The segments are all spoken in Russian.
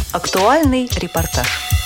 Актуальный репортаж.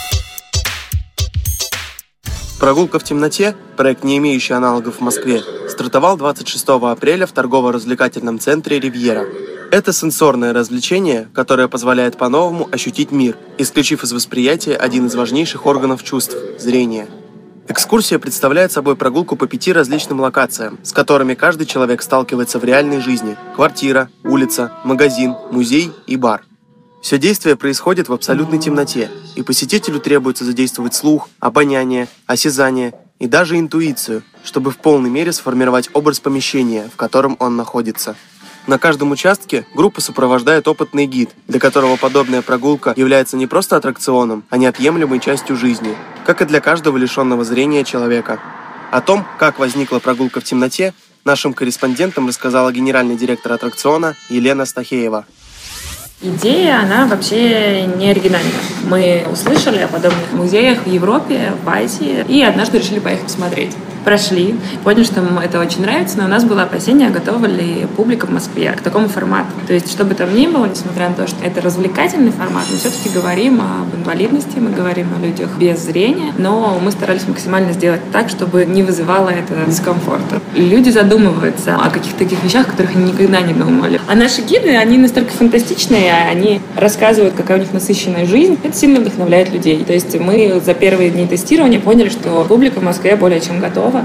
«Прогулка в темноте», проект, не имеющий аналогов в Москве, стартовал 26 апреля в торгово-развлекательном центре «Ривьера». Это сенсорное развлечение, которое позволяет по-новому ощутить мир, исключив из восприятия один из важнейших органов чувств – зрение. Экскурсия представляет собой прогулку по 5 различным локациям, с которыми каждый человек сталкивается в реальной жизни – квартира, улица, магазин, музей и бар. Все действие происходит в абсолютной темноте, и посетителю требуется задействовать слух, обоняние, осязание и даже интуицию, чтобы в полной мере сформировать образ помещения, в котором он находится. На каждом участке группу сопровождает опытный гид, для которого подобная прогулка является не просто аттракционом, а неотъемлемой частью жизни, как и для каждого лишенного зрения человека. О том, как возникла прогулка в темноте, нашим корреспондентам рассказала генеральный директор аттракциона Елена Стахеева. Идея, она вообще не оригинальна. Мы услышали о подобных музеях в Европе, в Азии, и однажды решили поехать посмотреть. Прошли, поняли, что нам это очень нравится, но у нас было опасение, готова ли публика в Москве к такому формату. То есть, что бы там ни было, несмотря на то, что это развлекательный формат, мы все-таки говорим об инвалидности, мы говорим о людях без зрения, но мы старались максимально сделать так, чтобы не вызывало это дискомфорта. Люди задумываются о каких-то таких вещах, о которых они никогда не думали. А наши гиды, они настолько фантастичные, они рассказывают, какая у них насыщенная жизнь. Это сильно вдохновляет людей. То есть мы за первые дни тестирования поняли, что публика в Москве более чем готова.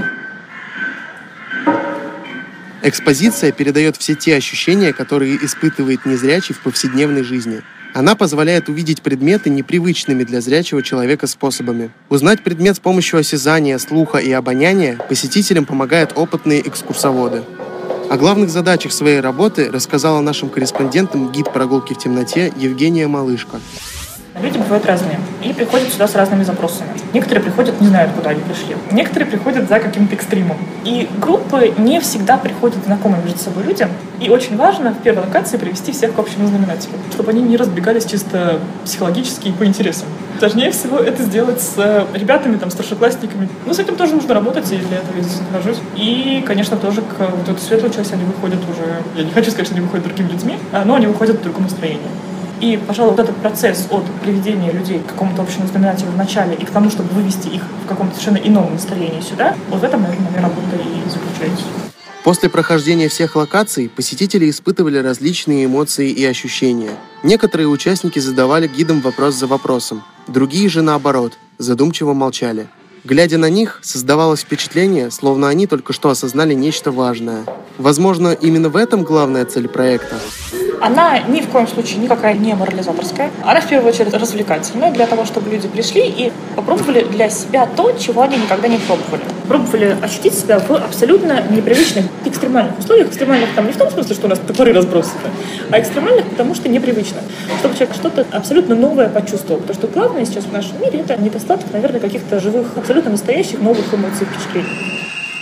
Экспозиция передает все те ощущения, которые испытывает незрячий в повседневной жизни. Она позволяет увидеть предметы непривычными для зрячего человека способами. Узнать предмет с помощью осязания, слуха и обоняния посетителям помогают опытные экскурсоводы. О главных задачах своей работы рассказала нашим корреспондентам гид прогулки в темноте Евгения Малышко. Люди бывают разные и приходят сюда с разными запросами. Некоторые приходят, не знают, куда они пришли. Некоторые приходят за каким-то экстримом. И группы не всегда приходят знакомые между собой людям. И очень важно в первой локации привести всех к общему знаменателю, чтобы они не разбегались чисто психологически и по интересам. Сложнее всего это сделать с ребятами, старшеклассниками. Но с этим тоже нужно работать, и для этого я здесь нахожусь. И, конечно, тоже к вот этой светлой части они выходят уже... Я не хочу сказать, что они выходят другими людьми, но они выходят в другом настроении. И, пожалуй, вот этот процесс от приведения людей к какому-то общему знаменателю в начале и к тому, чтобы вывести их в каком-то совершенно ином настроении сюда, вот в этом, наверное, моя работа и заключается. После прохождения всех локаций посетители испытывали различные эмоции и ощущения. Некоторые участники задавали гидам вопрос за вопросом, другие же, наоборот, задумчиво молчали. Глядя на них, создавалось впечатление, словно они только что осознали нечто важное. Возможно, именно в этом главная цель проекта. Она ни в коем случае никакая не морализаторская. Она в первую очередь развлекательная для того, чтобы люди пришли и попробовали для себя то, чего они никогда не пробовали. Пробовали ощутить себя в абсолютно непривычных экстремальных условиях. Экстремальных там не в том смысле, что у нас топоры разбросаны, а экстремальных, потому что непривычно. Чтобы человек что-то абсолютно новое почувствовал. Потому что главное сейчас в нашем мире — это недостаток, наверное, каких-то живых, абсолютно настоящих новых эмоций и впечатлений.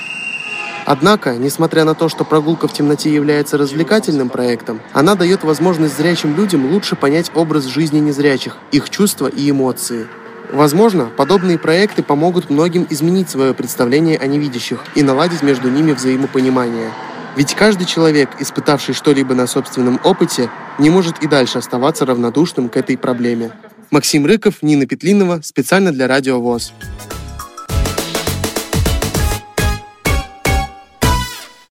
Однако, несмотря на то, что прогулка в темноте является развлекательным проектом, она дает возможность зрячим людям лучше понять образ жизни незрячих, их чувства и эмоции. Возможно, подобные проекты помогут многим изменить свое представление о невидящих и наладить между ними взаимопонимание. Ведь каждый человек, испытавший что-либо на собственном опыте, не может и дальше оставаться равнодушным к этой проблеме. Максим Рыков, Нина Петлинова, специально для Радио ВОС.